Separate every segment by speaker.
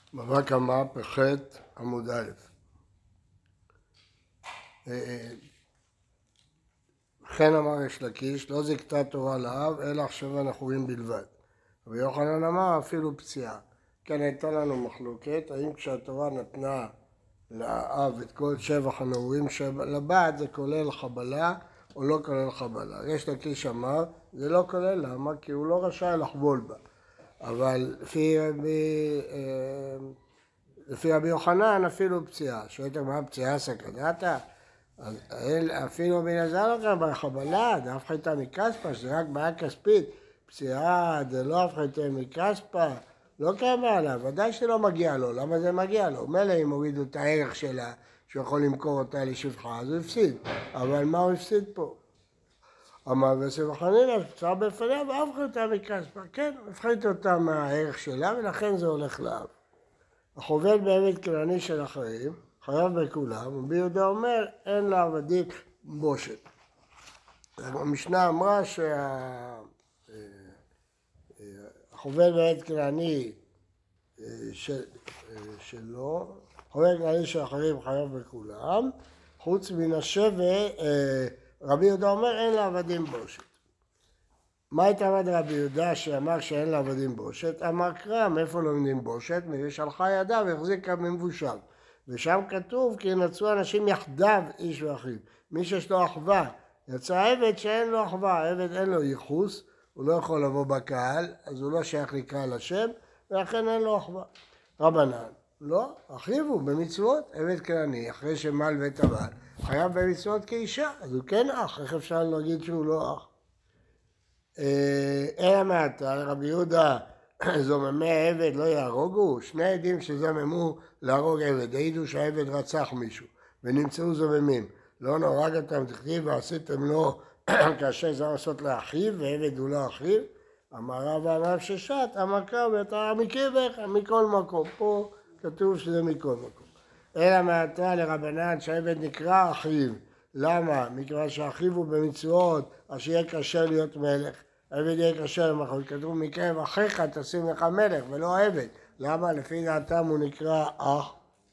Speaker 1: בבא קמא פ"ח עמוד א'. וכן אמר יש לקיש, לא זיקתה תורה לאב, אלא 7 נחורים בלבד. ויוחנן אמר אפילו פציעה. כן הייתה לנו מחלוקת, האם כשהתורה נתנה לאב את כל 7 הנעורים שלבת, זה כולל חבלה או לא כולל חבלה. יש לקיש אמר, זה לא כולל, למה? כי הוא לא רשאי לחבול בה. אבל לפי רבי יוחנן אפילו פציעה. שואלת מה פציעה סכנתה? אפילו בן עזר לא קרה בחבלה, זה אף חייתה מכספה, שזה רק בעיה כספית. פציעה זה לא אף חייתה מכספה, לא קרה עליו, ודאי שלא מגיע לו. למה זה מגיע לו? מילא אם הורידו את הערך שלה, שהוא יכול למכור אותה לשפחה, אז הוא הפסיד. אבל מה הוא הפסיד פה? אמר יוסף חנינא, פצעה בפניה ואף חייתה מכספה. כן, אף חייתה אותה מהערך שלה, ולכן זה הולך לאב. החובל בעבד כנעני של אחרים, חייב בכולם, רבי יהודה אומר, אין לעבדים בושת. המשנה אמרה שהחובל בעבד כנעני שלו, חובל כנעני של אחרים חייב בכולם, חוץ מן השווה, רבי יהודה אומר, אין לעבדים בושת. מה התעמד רבי יהודה שאמר שאין לעבדים בושת? אמר קרא, מאיפה לומדים בושת? ושלחה ידיו והחזיקה במבושל. ושם כתוב כי ינצרו אנשים יחדיו איש ואחיו. מי שיש לו אחווה, יצא עבד שאין לו אחווה, עבד אין לו ייחוס, הוא לא יכול לבוא בקהל, אז הוא לא שייך לקרוא לשם, ולכן אין לו אחווה. רבנן, לא, אחיו הוא במצוות, עבד כנעני, אחרי שמל וטבל, חייב במצוות כאישה, אז הוא כן אח, איך אפשר להגיד שהוא לא אח? אלא מעתה, רבי יהודה זוממי העבד לא יהרוגו, 2 עדים שזממו להרוג עבד, העידו שהעבד רצח מישהו ונמצאו זוממים, לא נהרג אותם, תכתיב ועשיתם לו כאשר זה לעשות לאחיו ועבד הוא לא אחיו. אמר רב ואמר ששת, אמר קרא ואתה מקרבך מכל מקום, פה כתוב שזה מכל מקום. אלא מעתה לרבנן שהעבד נקרא אחיו, למה? מכיוון שאחיו הוא במצוות, אז שיהיה קשה להיות מלך. עבד יהיה קשה למחול, כתוב מקרב אחיך תשים לך מלך ולא עבד. למה? לפי דעתם הוא נקרא אח.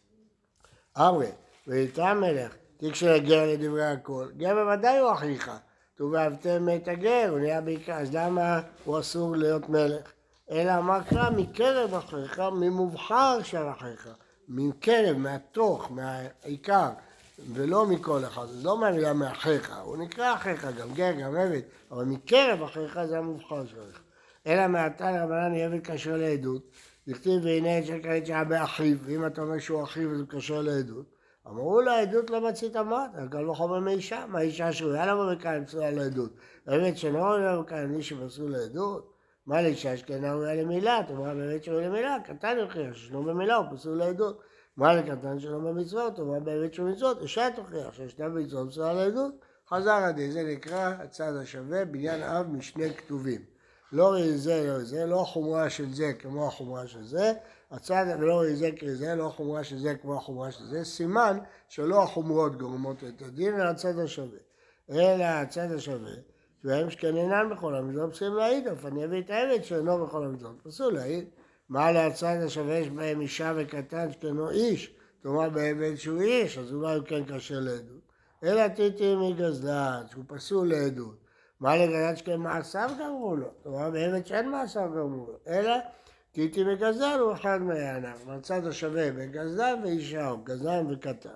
Speaker 1: אמרי, ואיתה מלך, תיק של הגר לדברי הכל, גר בוודאי הוא אחיך. ואהבתם את הגר, הוא נהיה בעיקר, אז למה הוא אסור להיות מלך? אלא אמר קרא מקרב אחיך, ממובחר של אחיך. מקרב, מהתוך, מהעיקר. ולא מכל אחד, זה לא מהמילה מאחיך, הוא נקרא אחיך, גם גר, גם עבד, אבל מקרב אחיך זה המובחר שלך. אלא מעתה לרבנן יהיה עבד קשר לעדות, לכתיב והנה את שקרית שהיה באחיו, ואם אתה אומר שהוא אחיו אז הוא קשר לעדות, אמרו לה עדות לא מצית אמרת, אבל לא חומר מאישה, מה אישה שראויה לבוא וכאן פסולה לעדות, עבד שאינו ראויה וכאן מי שפסול לעדות, מה לאישה שכנה ראויה למילה, תאמרה באמת שראויה למילה, קטן יוכיח ששנו במילה הוא פסול לעדות. מה לקטן שלא במצוות, או מה באמת של מצוות, אישה תוכיח שישנה במצוות פסולה לעדות, חזר עדי, זה נקרא הצד השווה, בניין אב משני כתובים. לא ראי זה, לא ראי זה, לא החומרה של זה כמו החומרה של זה, הצד ולא ראי זה כראי זה, לא החומרה של זה כמו החומרה של זה, סימן שלא החומרות גורמות את הדין, אלא הצד השווה. אלא הצד השווה, והם שכננן בכל המצוות פסולים להעיד, אף אני אביא את העבד שאינו בכל המצוות פסול להעיד. מה להצד השווה יש בהם אישה וקטן שכנו איש, תאמר בעבד שהוא איש, אז אולי הוא כן קשה לעדות. אלא טיטי מגזלן, שהוא פסול לעדות. מה לגזלן שכן מעשיו גמרו לו, תאמר בעבד שאין מעשיו גמרו לו. אלא טיטי מגזלן הוא אחד מהענף, מהצד השווה בגזלן ואישה, או גזלן וקטן.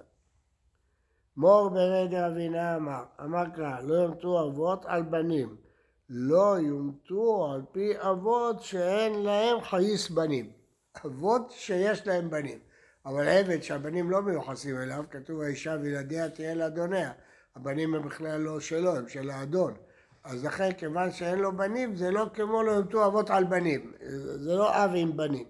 Speaker 1: מור בני דרבינה אמר קרא, לא יומתו אבות על בנים. לא יומתו על פי אבות שאין להם חייס בנים. אבות שיש להם בנים. אבל עבד שהבנים לא מיוחסים אליו, כתוב האישה וילדיה תהיה לאדוניה. הבנים הם בכלל לא שלו, הם של האדון. אז לכן כיוון שאין לו בנים, זה לא כמו לא יומתו אבות על בנים. זה לא אב עם בנים.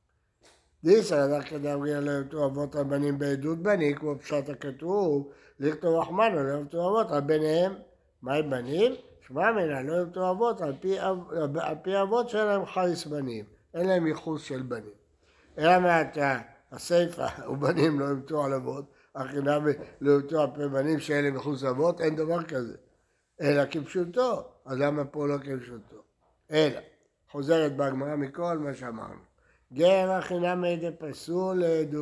Speaker 1: דיסא לדרך כדאמרין לא יומתו אבות על בנים בעדות בנים, כמו פשט הכתוב, לכתוב רחמנו לא יומתו אבות על בניהם. מה עם בנים? שמע מנה, לא יומתו אבות על פי אבות שאין להם חייס בנים, אין להם ייחוס של בנים. אלא מעתה, הסיפא ובנים לא יומתו על אבות, החינם לא יומתו על פי בנים שאין להם ייחוס אבות, אין דבר כזה. אלא כפשוטו, אז למה פה לא כפשוטו? אלא, חוזרת בהגמרא מכל מה שאמרנו. גר החינם עדה פסול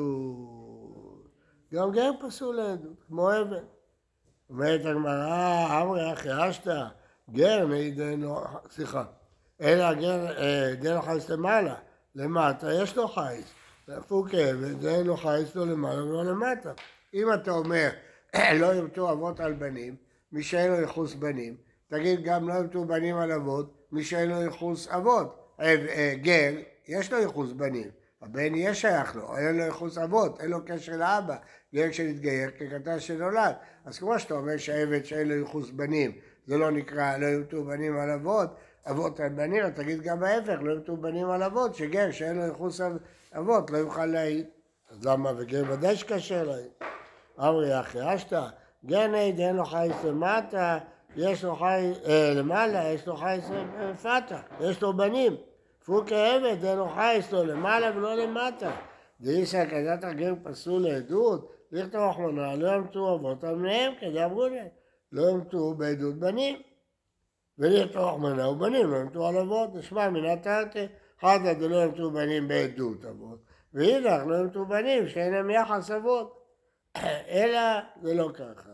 Speaker 1: לעדות. גם גר פסול לעדות, כמו אבן. אומרת הגמרא, אמרי אחי אשתא, גר מעידנו, סליחה, אלא גר לו חייס למעלה, למטה יש לו חייס, פוק אבן, גר לו חייס לו למעלה ולא למטה. אם אתה אומר, לא יומתו אבות על בנים, מי שאין לו ייחוס בנים, תגיד גם לא יומתו בנים על אבות, מי שאין לו ייחוס אבות. גר, יש לו ייחוס בנים, הבן יהיה שייך לו, אין לו ייחוס אבות, אין לו קשר לאבא, גר שנתגייר כקטן שנולד. אז כמו שאתה אומר שהעבד שאין לו ייחוס בנים, זה לא נקרא לא יומתו בנים על אבות, אבות על בנים, אז תגיד גם ההפך, לא יומתו בנים על אבות, שגר שאין לו ייחוס אבות לא יוכל להעיד. אז למה? וגר ודאי שקשה להעיד. אמרי אחי אשתא, גר נעיד אין לו חייס למטה, יש לו חייס למעלה, יש לו חייס לפתח, יש לו בנים. פוק העבד אין לו חייס לא למעלה ולא למטה. דאיסא כדת הגר פסול לעדות, לכתוב רחמנא, לא יומתו אבות על בניהם, כדי אמרו להם, לא יומתו בעדות בנים. ולכתוב רחמנא ובנים, לא יומתו על אבות, נשמע מן התרתי, חדא דלא יומתו בנים בעדות אבות, ואידך לא יומתו בנים שאין להם יחס אבות. אלא זה לא ככה.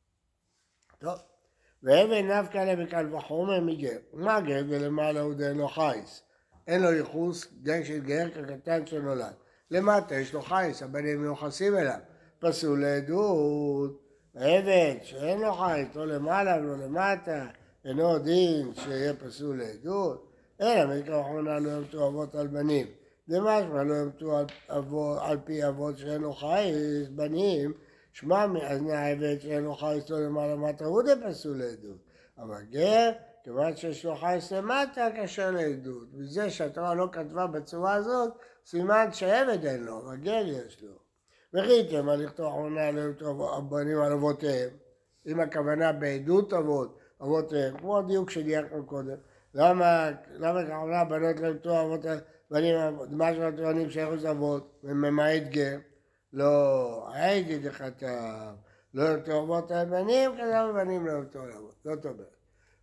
Speaker 1: טוב. ואבן נפקא לה בקל וחומר מגר. מה גר? ולמעלה הוא דאין לו חייס. אין לו ייחוס, גר של גר כקטן שנולד. למטה יש לו חייס, הבנים מיוחסים אליו. פסול לעדות. עבד שאין לו חייס, לא למעלה ולא למטה, אינו דין שיהיה פסול לעדות. אלא מקרא אחרונה לא יומתו אבות על בנים. דמשמע לא יומתו על פי אבות שאין לו חייס, בנים, שמע מאזני העבד שאין לו חייס לא למעלה למטה, הוא די פסול לעדות. אבל גר, כיוון שיש לו חייס למטה, קשה לעדות. וזה שהתורה לא כתבה בצורה הזאת, סימן שהעבד אין לו, אבל גר יש לו. וראיתם על לכתוב אחרונה לא יומתו הבנים על אבותיהם. אם הכוונה בעדות אבותיהם, כמו הדיוק שדייקנו קודם. למה כמובן הבנות לא יומתו אבותיהם? מה שמתואנים שייכוס אבות, וממעט גר, לא, הייתי דכתב, לא יומתו אבות על בנים, כזה בנים לא יומתו על אבות, זאת אומרת.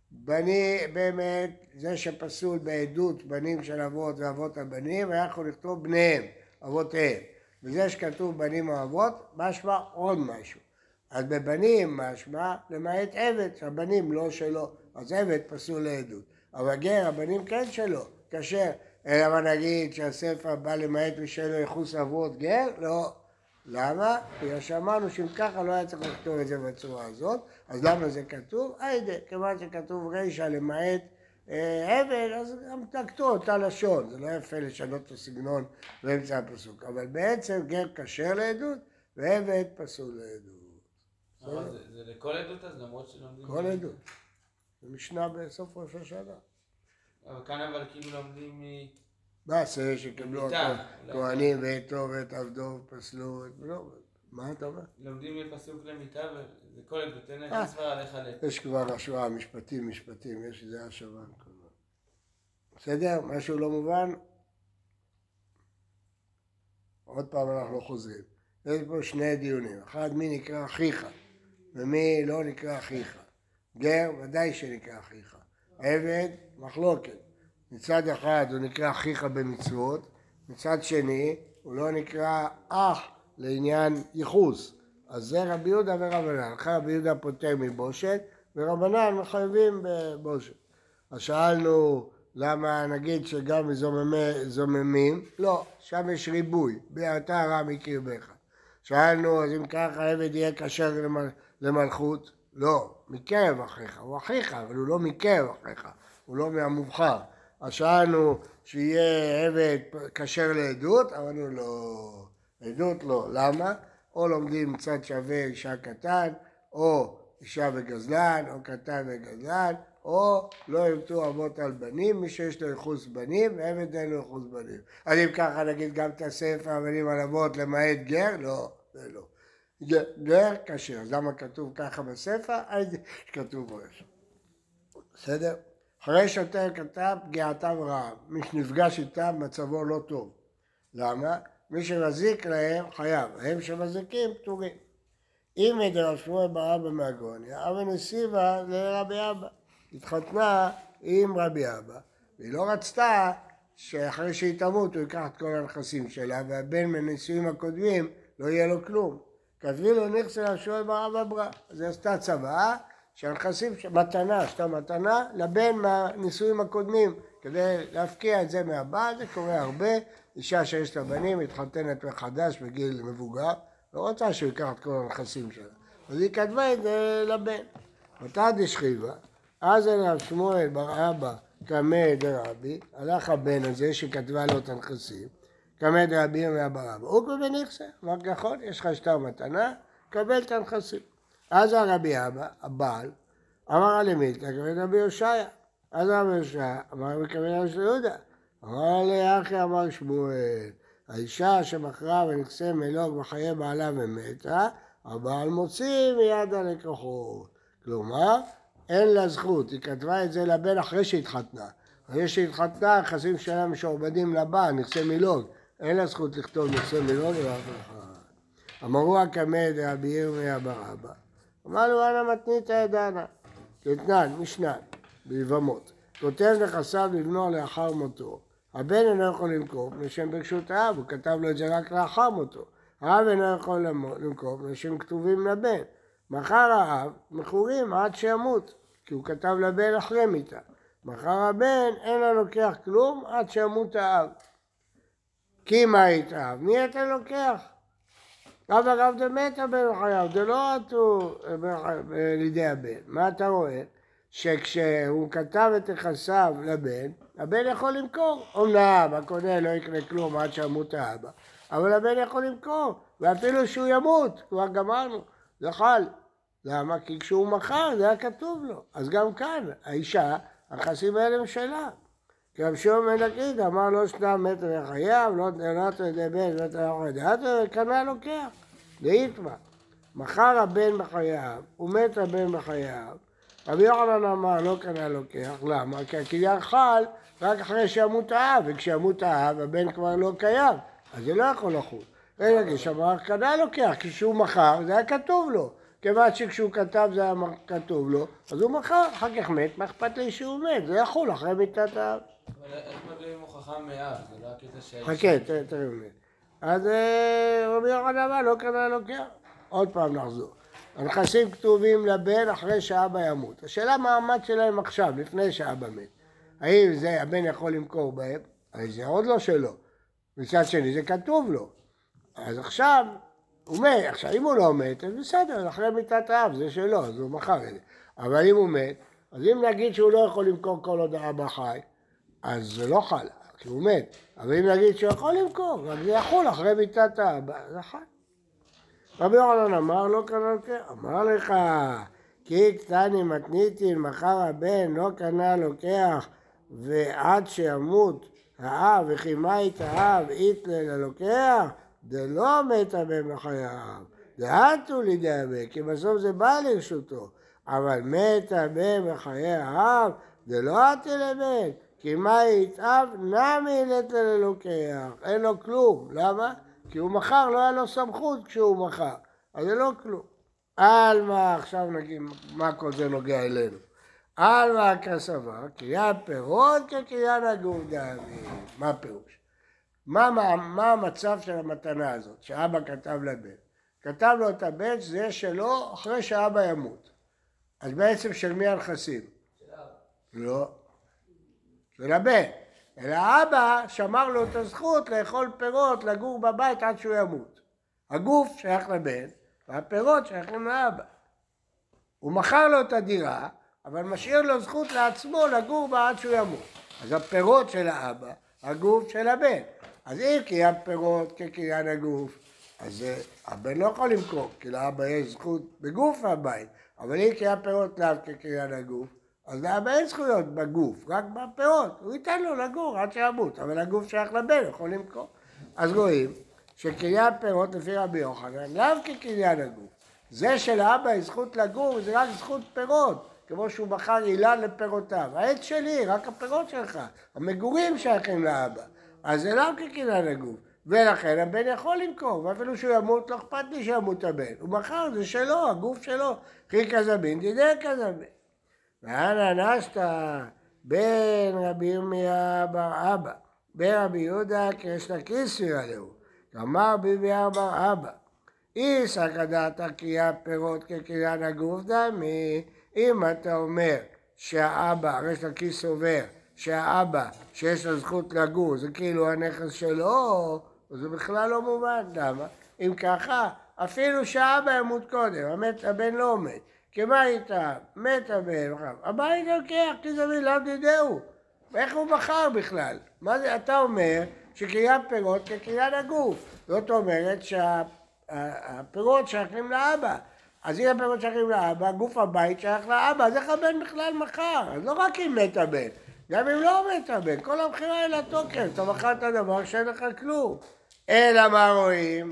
Speaker 1: באמת, זה שפסול בעדות בנים של אבות ואבות על בנים, היה יכול לכתוב בניהם, אבותיהם. וזה שכתוב בנים או אבות, משמע עוד משהו. אז בבנים משמע למעט עבד, שהבנים לא שלו, אז עבד פסול לעדות. אבל גר, הבנים כן שלו, כאשר, למה נגיד שהספר בא למעט ושאין לו ייחוס אבות גר? לא. למה? בגלל שאמרנו שאם ככה לא היה צריך לכתוב את זה בצורה הזאת, אז למה זה כתוב? היידה, כיוון שכתוב רישא למעט עבד, אז גם תקתו אותה לשון, זה לא יפה לשנות את הסגנון באמצע הפסוק, אבל בעצם גר כשר לעדות ועבד פסול לעדות.
Speaker 2: זה לכל עדות אז למרות שלומדים?
Speaker 1: כל עדות. זה משנה בסוף ראש השנה.
Speaker 2: אבל כאן אבל כאילו לומדים
Speaker 1: מעשה שקיבלו אותו כהנים ואתו ואת עבדו ופסלו, מה אתה אומר?
Speaker 2: לומדים מפסוק למיטה וזה כל עדות, אין סבר עליך עליך.
Speaker 1: יש כבר השוואה, משפטים, יש איזה השוואה. בסדר? משהו לא מובן? עוד פעם אנחנו חוזרים. יש פה שני דיונים, אחד מי נקרא אחיך ומי לא נקרא אחיך. גר ודאי שנקרא אחיך. עבד מחלוקת. מצד אחד הוא נקרא אחיך במצוות, מצד שני הוא לא נקרא אח לעניין ייחוס. אז זה רבי יהודה ורבנן. רבי יהודה פוטר מבושת ורבנן מחייבים בבושת. אז שאלנו למה נגיד שגם זוממים? לא, שם יש ריבוי, ביאתה רע מקרבך. שאלנו אז אם ככה עבד יהיה כשר למלכות? לא, מקרב אחיך, הוא אחיך, אבל הוא לא מקרב אחיך, הוא לא מהמובחר. אז שאלנו שיהיה עבד כשר לעדות, אבל הוא לא, עדות לא. למה? או לומדים מצד שווה אישה קטן, או אישה וגזלן, או קטן וגזלן, או לא יומתו אבות על בנים, מי שיש לו ייחוס בנים, ועבד אין לו ייחוס בנים. אז אם ככה נגיד גם תעשה הבנים על אבות למעט גר? לא, זה לא. גר כשר, אז למה כתוב ככה בספר? אז כתוב ראש. בסדר? אחרי שוטר כתב פגיעתם רעב, מי שנפגש איתם מצבו לא טוב. למה? מי שמזיק להם חייב, הם שמזיקים פטורים. אם דרב שמואל בר אבא מהגוניה, אבא נסיבה לרבי אבא. התחתנה עם רבי אבא, והיא לא רצתה שאחרי שהיא תמות הוא ייקח את כל הנכסים שלה, והבן מהנישואים הקודמים לא יהיה לו כלום. כתבי לו נכסה לשואל ברב ברא. אז היא עשתה צוואה שהנכסים, מתנה, עשתה מתנה לבן מהנישואים הקודמים, כדי להפקיע את זה מהבעל. זה קורה הרבה. אישה שיש לה בנים, מתחתנת מחדש בגיל מבוגר, לא רוצה שהוא ייקח את כל הנכסים שלה. אז היא כתבה את זה לבן. מתי דשכיבה? אז אליו שמואל בר אבא קמא דרבי, הלך הבן הזה שכתבה לו את הנכסים, קמא דרבי אומר בר אבא, הוא קבל נכסה, אמר נכון, יש לך שטר מתנה, קבל את הנכסים. אז הרבי אבא, הבעל, אמר למילתא, קמא דרבי יושעיה. אז רבי יושעיה אמר מקמא דרבי יהודה. אמר לי אחי אמר שמואל, האישה שמכרה ונכסה מלוג בחיי בעלה ומתה, הבעל מוציא מיד הלקוחות. כלומר, אין לה זכות, היא כתבה את זה לבן אחרי שהתחתנה. אחרי שהתחתנה, הנכסים שלה משועבדים לבעל, נכסי מילוג. אין לה זכות לכתוב נכסי מילוג לאף אחד. אמרו הקמא דרבי ירמיה בר אבא. אמר לו אנא מתניתא ידענא. כתנן, משנן, ביבמות. כותב נכסיו לבנו לאחר מותו. הבן אינו יכול למכור, מפני שהם ברשות האב, הוא כתב לו את זה רק לאחר מותו. האב אינו יכול למכור, מפני שהם כתובים לבן. מחר האב מכורים עד שימות, כי הוא כתב לבן אחרי מיתה. מחר הבן אין לו לוקח כלום עד שימות האב. כי מה התאב? מי אתה לוקח? רב הרב דמת הבן בחייו, זה לא עטו לידי הבן. מה אתה רואה? שכשהוא כתב את נכסיו לבן, הבן יכול למכור. אומנם הקונה לא יקנה כלום עד שימות האבא, אבל הבן יכול למכור, ואפילו שהוא ימות, כבר גמרנו, זה חל. למה? כי כשהוא מכר זה היה כתוב לו. אז גם כאן, האישה, הנכסים האלה הם שלה. כי רבי שמעון בן לקיד אמר לא שנה מטר לחייו, לא נתת ידי בן, לא נתת ידי וקנה לוקח. דאיתמא, מכר הבן בחייו, ומת הבן בחייו. רבי יוחנן אמר לא קנה לוקח, למה? כי הקניין חל רק אחרי שימות האב, וכשימות האב הבן כבר לא קיים, אז זה לא יכול לחול. רגע, כשאמר קנה לוקח, כשהוא מכר זה היה כתוב לו. כיוון שכשהוא כתב זה היה כתוב לו, אז הוא מכר, אחר כך מת, מה אכפת לי שהוא מת? זה יחול אחרי מיתת האב.
Speaker 2: אבל איך מביאים הוכחה מאב? זה לא הקטע שהאישה...
Speaker 1: חכה, תראה. אז רבי יוחנן אמר לא קנה לוקח. עוד פעם נחזור. הנכסים כתובים לבן אחרי שאבא ימות. השאלה מה המעמד שלהם עכשיו, לפני שאבא מת. האם זה הבן יכול למכור בהם? הרי זה עוד לא שלו. מצד שני זה כתוב לו. אז עכשיו הוא מת. עכשיו אם הוא לא מת, אז בסדר, אחרי מיתת האב זה שלו, אז הוא מכר את זה. אבל אם הוא מת, אז אם נגיד שהוא לא יכול למכור כל עוד האבא חי, אז זה לא חל, כי הוא מת. אבל אם נגיד שהוא יכול למכור, אז זה יחול אחרי מיתת האבא, זה חל. רבי יוחנן אמר לא קנה לוקח, אמר לך כי קטני מתניתין מחר הבן לא קנה לוקח ועד שימות האב וכי מה את האב איתלה ללוקח דלא מת הבן בחייו דעתו לידי הבן כי בסוף זה בא לרשותו אבל מת הבן בחיי האב דלא עתי לבן כי מה יתאב נמי לתה ללוקח אין לו כלום, למה? כי הוא מכר, לא היה לו סמכות כשהוא מכר, אז זה לא כלום. אלמה, עכשיו נגיד, מה כל זה נוגע אלינו? אלמה כסבה, קריאת פירות כקריאת הגוף דאבי. מה הפירוש? מה המצב של המתנה הזאת, שאבא כתב לבן? כתב לו את הבן, זה שלו אחרי שאבא ימות. אז בעצם של מי הנכסים? של אבא. לא. של הבן. אלא האבא שמר לו את הזכות לאכול פירות, לגור בבית עד שהוא ימות. הגוף שייך לבן, והפירות שייכים לאבא. הוא מכר לו את הדירה, אבל משאיר לו זכות לעצמו לגור בה עד שהוא ימות. אז הפירות של האבא, הגוף של הבן. אז אם קריאת פירות כקריאת הגוף, אז הבן לא יכול למכור, כי לאבא יש זכות בגוף הבית. אבל אם קריאת פירות לאו כקריאת הגוף, אז לאבא אין זכויות בגוף, רק בפירות. הוא ייתן לו לגור עד שימות, אבל הגוף שייך לבן, יכול למכור. אז רואים שקריאת פירות לפי רבי יוחנן, לאו כקריאת הגוף. זה שלאבא יש זכות לגור, זה רק זכות פירות, כמו שהוא בחר אילן לפירותיו. העץ שלי, רק הפירות שלך, המגורים שייכים לאבא. אז זה לאו כקריאת הגוף. ולכן הבן יכול למכור, ואפילו שהוא ימות, לא אכפת לי שימות הבן. הוא מכר, זה שלו, הגוף שלו. חי כזבין, דידי כזבין. ואנא נשתא בן רבי ירמיה בר אבא, ברבי יהודה כריש לקיסו יעלהו. אמר ביבי ארבע אבא. אי סכנת הקריאה פירות כקריאה נגוף דמי. אם אתה אומר שהאבא, ריש לקיסו אומר, שהאבא שיש לו זכות לגור, זה כאילו הנכס שלו, זה בכלל לא מובן. למה? אם ככה, אפילו שהאבא ימות קודם, הבן לא מת. כי מה איתה? מת הבן, הבית לוקח, כי זה מילה דידהו. ואיך הוא בחר בכלל? מה זה, אתה אומר שקריאת פירות כקריאה לגוף. זאת אומרת שהפירות שייכים לאבא. אז אם הפירות שייכים לאבא, גוף הבית שייך לאבא, אז איך הבן בכלל מכר? אז לא רק אם מת הבן, גם אם לא מת הבן, כל המחירה היא לתוקף, אתה מכרת דבר שאין לך כלום. אלא מה רואים?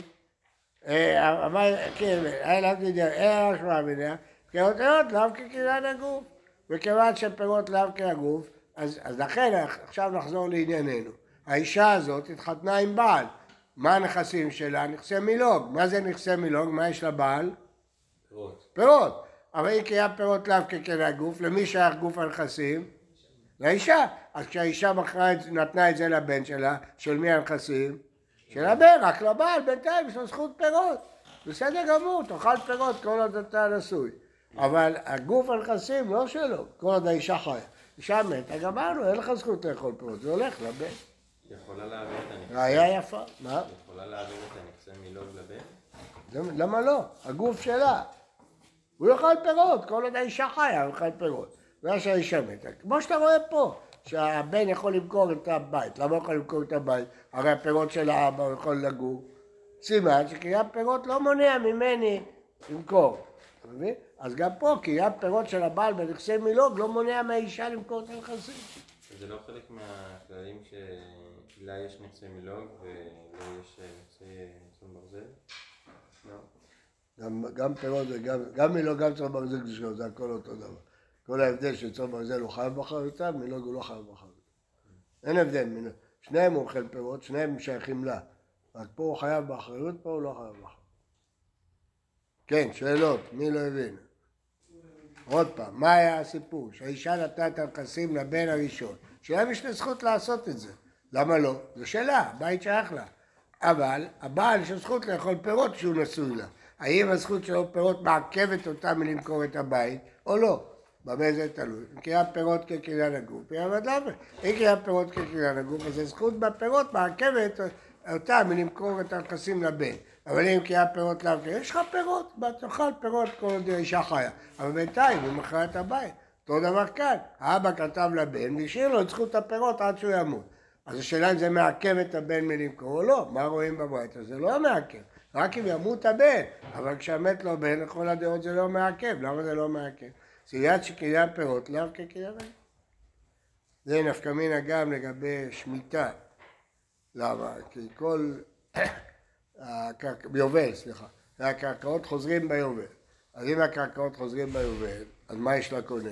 Speaker 1: כן, אלא משמע מיניה, פירות לאו כקריאה לגוף. וכיוון שפירות לאו כגוף, אז לכן עכשיו נחזור לענייננו. האישה הזאת התחתנה עם בעל. מה הנכסים שלה? נכסי מילוג. מה זה נכסי מילוג? מה יש לבעל?
Speaker 2: פירות.
Speaker 1: פירות. אבל היא קריאה פירות לאו כקריאה גוף. למי שייך גוף הנכסים? לאישה. אז כשהאישה נתנה את זה לבן שלה, של מי הנכסים? של הבן, רק לבעל, בינתיים יש לו זכות פירות. בסדר גמור, תאכל פירות כל עוד אתה נשוי. אבל הגוף הנכסים לא שלו, כל עוד האישה חיה. אישה מתה, גמרנו, אין לך זכות לאכול פירות, זה הולך לבן.
Speaker 2: יכולה להעביר את הנכסים.
Speaker 1: ראיה יפה, מה?
Speaker 2: יכולה להעביר את הנכסי מילוג לבן?
Speaker 1: למה לא? הגוף שלה. הוא יאכל פירות, כל עוד האישה חיה, הוא יאכל פירות. זה שהאישה מתה. כמו שאתה רואה פה, שהבן יכול למכור את הבית. למה הוא יכול למכור את הבית? הרי הפירות של האבא הוא יכול לגור. סימן שקריאת פירות לא מונע ממני למכור. אתה מבין? אז גם פה קריאת פירות של הבעל בנכסי מילוג לא מונע מהאישה למכור את הנכסים.
Speaker 2: זה לא חלק מהכללים שלה יש נכסי מילוג ולא יש נכסי צאן ברזל? לא.
Speaker 1: גם פירות וגם מילוג גם צאן ברזל שלו, זה הכל אותו דבר. כל ההבדל שצאן ברזל הוא חייב באחריותם, מילוג הוא לא חייב באחריותם. אין הבדל, שניהם הוא אוכל פירות, שניהם שייכים לה. רק פה הוא חייב באחריות, פה הוא לא חייב באחריות. כן, שאלות, מי לא הבין? עוד פעם, מה היה הסיפור? שהאישה נתנה את הנכסים לבן הראשון, שלהם יש לה זכות לעשות את זה. למה לא? זה שלה, הבית שייך לה. אבל הבעל יש לו זכות לאכול פירות שהוא נשוי לה. האם הזכות שלו פירות מעכבת אותה מלמכור את הבית, או לא? במה זה תלוי? אם קריאת פירות כקריאה לגוף, יעבד למה? אם קריאת פירות כקריאה לגוף, אז הזכות בפירות מעכבת אותה מלמכור את הנכסים לבן. אבל אם קריאת פירות לאו, יש לך פירות, תאכל פירות כל עוד האישה חיה. אבל בינתיים הוא מכר את הבית. אותו דבר כאן, האבא כתב לבן והשאיר לו את זכות הפירות עד שהוא ימות. אז השאלה אם זה מעכב את הבן מלמכור או לא. מה רואים בבית? זה לא מעכב. רק אם ימות הבן. אבל כשהמת לו בן, לכל הדעות זה לא מעכב. למה זה לא מעכב? זה יד שקריאת פירות לאו כקריאת לגוף. זה נפקא מינה גם לגבי שמיטה. למה? כי כל... ביובל, סליחה. הקרקעות חוזרים ביובל. אז אם הקרקעות חוזרים ביובל, אז מה יש לקונה?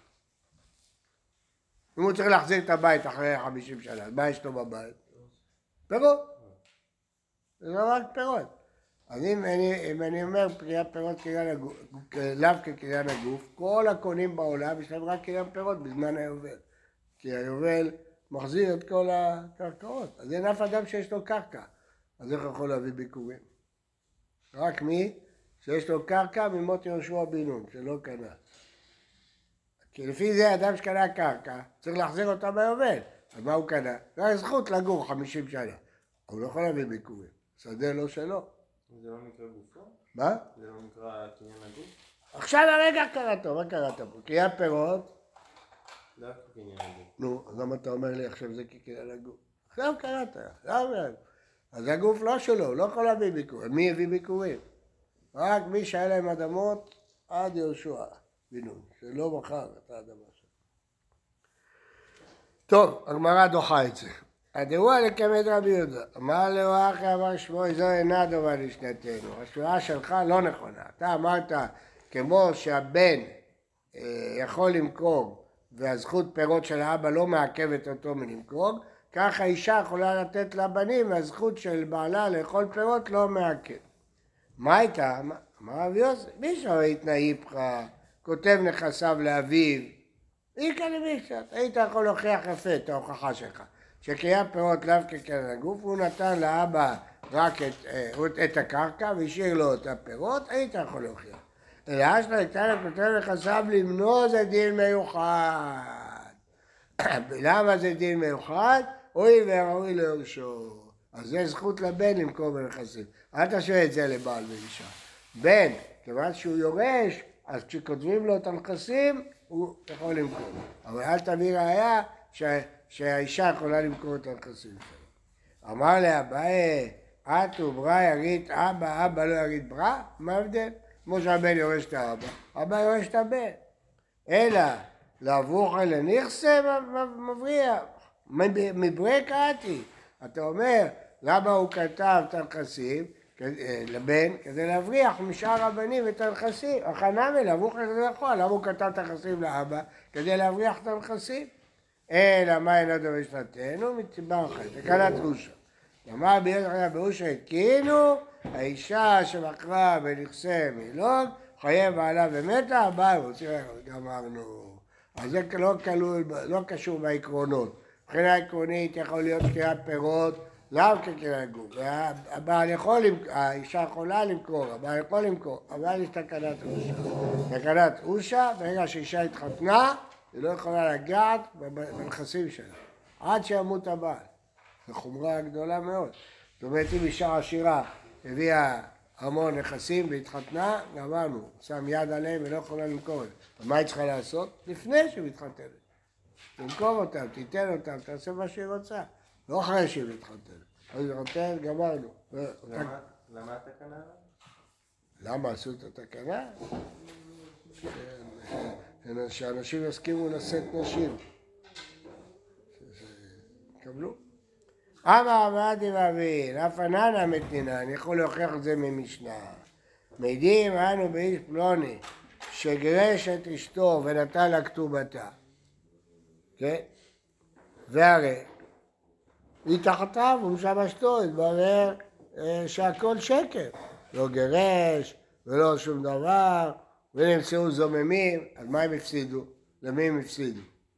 Speaker 1: אם הוא צריך להחזיר את הבית אחרי 50 שנה, מה יש לו בבית? פירות. זה לא רק פירות. אז אם אני אומר קריאת פירות לאו כקריאה לגוף, כל הקונים בעולם יש להם רק קריאת פירות בזמן היובל. כי היובל מחזיר את כל הקרקעות. אז אין אף אדם שיש לו קרקע. אז איך יכול להביא ביקורים? רק מי שיש לו קרקע ממות יהושע בן נון, שלא קנה. כי לפי זה אדם שקנה קרקע, צריך להחזיר אותה ביובל. אז מה הוא קנה? זה הזכות לגור 50 שנה. הוא לא יכול להביא ביקורים. שדה לא שלו.
Speaker 2: זה לא נקרא גופו?
Speaker 1: מה?
Speaker 2: זה לא נקרא קניין הגוף?
Speaker 1: עכשיו הרגע קראת, מה קראת פה? קריאת פירות?
Speaker 2: לא קניין הגוף.
Speaker 1: נו, אז למה אתה אומר לי עכשיו זה כקריאה לגוף? עכשיו קראת, אז הגוף לא שלו, הוא לא יכול להביא ביקורים. מי הביא ביקורים? רק מי שהיה להם אדמות עד יהושע בן נון, שלא מכר את האדמה שלו. טוב, הגמרא דוחה את זה. הדאוה לקמת רבי יהודה. אמר לו אחי אמר שמואל זו אינה דומה לשנתנו. השורה שלך לא נכונה. אתה אמרת כמו שהבן יכול למכור והזכות פירות של האבא לא מעכבת אותו מלמכור, ככה אישה יכולה לתת לבנים והזכות של בעלה לאכול פירות לא מעכב. מה הייתה? אמר רבי יוסף, מי שראית נאיפך, כותב נכסיו לאביו, איכא למישת, היית יכול להוכיח יפה את ההוכחה שלך. שקיים פירות לאו כקניין הגוף, הוא נתן לאבא רק את הקרקע והשאיר לו את הפירות, היית יכול להוכיח. אלא אשלה ניתן לכותב נכסיו למנוע זה דין מיוחד. למה זה דין מיוחד? אוי וראוי ליורשו. אז זה זכות לבן למכור בנכסים. אל תשווה את זה לבעל ואישה. בן, כיוון שהוא יורש, אז כשכותבים לו את הנכסים, הוא יכול למכור. אבל אל תביא ראיה שהאישה יכולה למכור את הנכסים שלו. אמר לאביי, את וברא ירית אבא, אבא לא ירית ברא? מה ההבדל? כמו שהבן יורש את האבא, אבא יורש את הבן. אלא להבוך אל הנכסה מבריע. מברק קראתי. אתה אומר, למה הוא כתב את הנכסים לבן כדי להבריח משאר הבנים את הנכסים? החנמי, להבוך אל זה יכול. למה הוא כתב את הנכסים לאבא? כדי להבריח את הנכסים. אלא מה אינו דורש לתנו? מסיבה אחת, תקנת רושה. אמר ביחד ברושה התקינו, האישה שמכרה בנכסי מילוג, חיי בעלה ומתה, הבעל רוצים גמרנו. אז זה לא קשור בעקרונות. מבחינה עקרונית יכול להיות קריאת פירות, לאו כקריאת גוף. האישה יכולה למכור, הבעל יכול למכור, אבל יש תקנת רושה. תקנת רושה, ברגע שאישה התחתנה, היא לא יכולה לגעת בנכסים שלה, עד שימות הבעל. זו חומרה גדולה מאוד. זאת אומרת, אם אישה עשירה הביאה המון נכסים והתחתנה, גמרנו, שם יד עליהם ולא יכולה למכור את זה. מה היא צריכה לעשות? לפני שהיא מתחתנת. למכור אותם, תיתן אותם, תעשה מה שהיא רוצה. לא אחרי שהיא מתחתנת. אז היא מתחתנת, גמרנו.
Speaker 2: למה התקנה?
Speaker 1: למה עשו את התקנה? שאנשים יסכימו לשאת נשים. קבלו. אמר עמדי ואבין, אף עננה מתנינה, אני יכול להוכיח את זה ממשנה. מעידים אנו באיש פלוני, שגירש את אשתו ונתן לה כתובתה. כן? והרי, היא תחתיו, הוא משמשתו, התברר שהכל שקר. לא גירש ולא שום דבר, ונמצאו זוממים, אז מה הם הפסידו? למי הם הפסידו?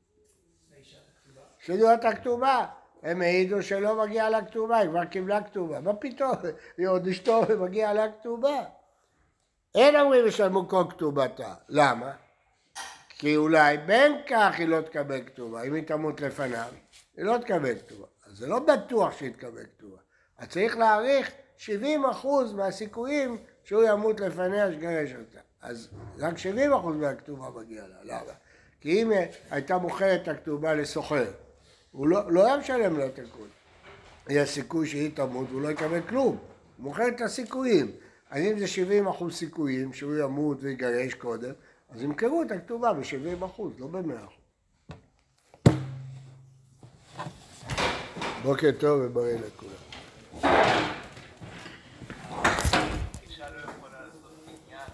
Speaker 1: הפסידו את הכתובה. הם העידו שלא מגיעה לה כתובה, היא כבר קיבלה כתובה. מה פתאום? היא עוד אשתו ומגיעה לה כתובה. אין אומרים ישלמו כל כתובתה. למה? כי אולי בין כך היא לא תקבל כתובה. אם היא תמות לפניו, היא לא תקבל כתובה. אז זה לא בטוח שהיא תקבל כתובה. אז צריך להעריך 70% מהסיכויים שהוא ימות לפניה שגרש אותה. אז רק 70% מהכתובה מגיעה לה. למה? כי אם הייתה מוכרת את הכתובה לסוחר, הוא לא היה משלם לו את הכל. יש סיכוי שהיא תמות והוא לא יקבל כלום. הוא מוכר את הסיכויים. אז אם זה 70% סיכויים שהוא ימות ויגרש קודם, אז ימכרו את הכתובה ב-70%, לא ב-100%. בוקר טוב ובריא לכולם.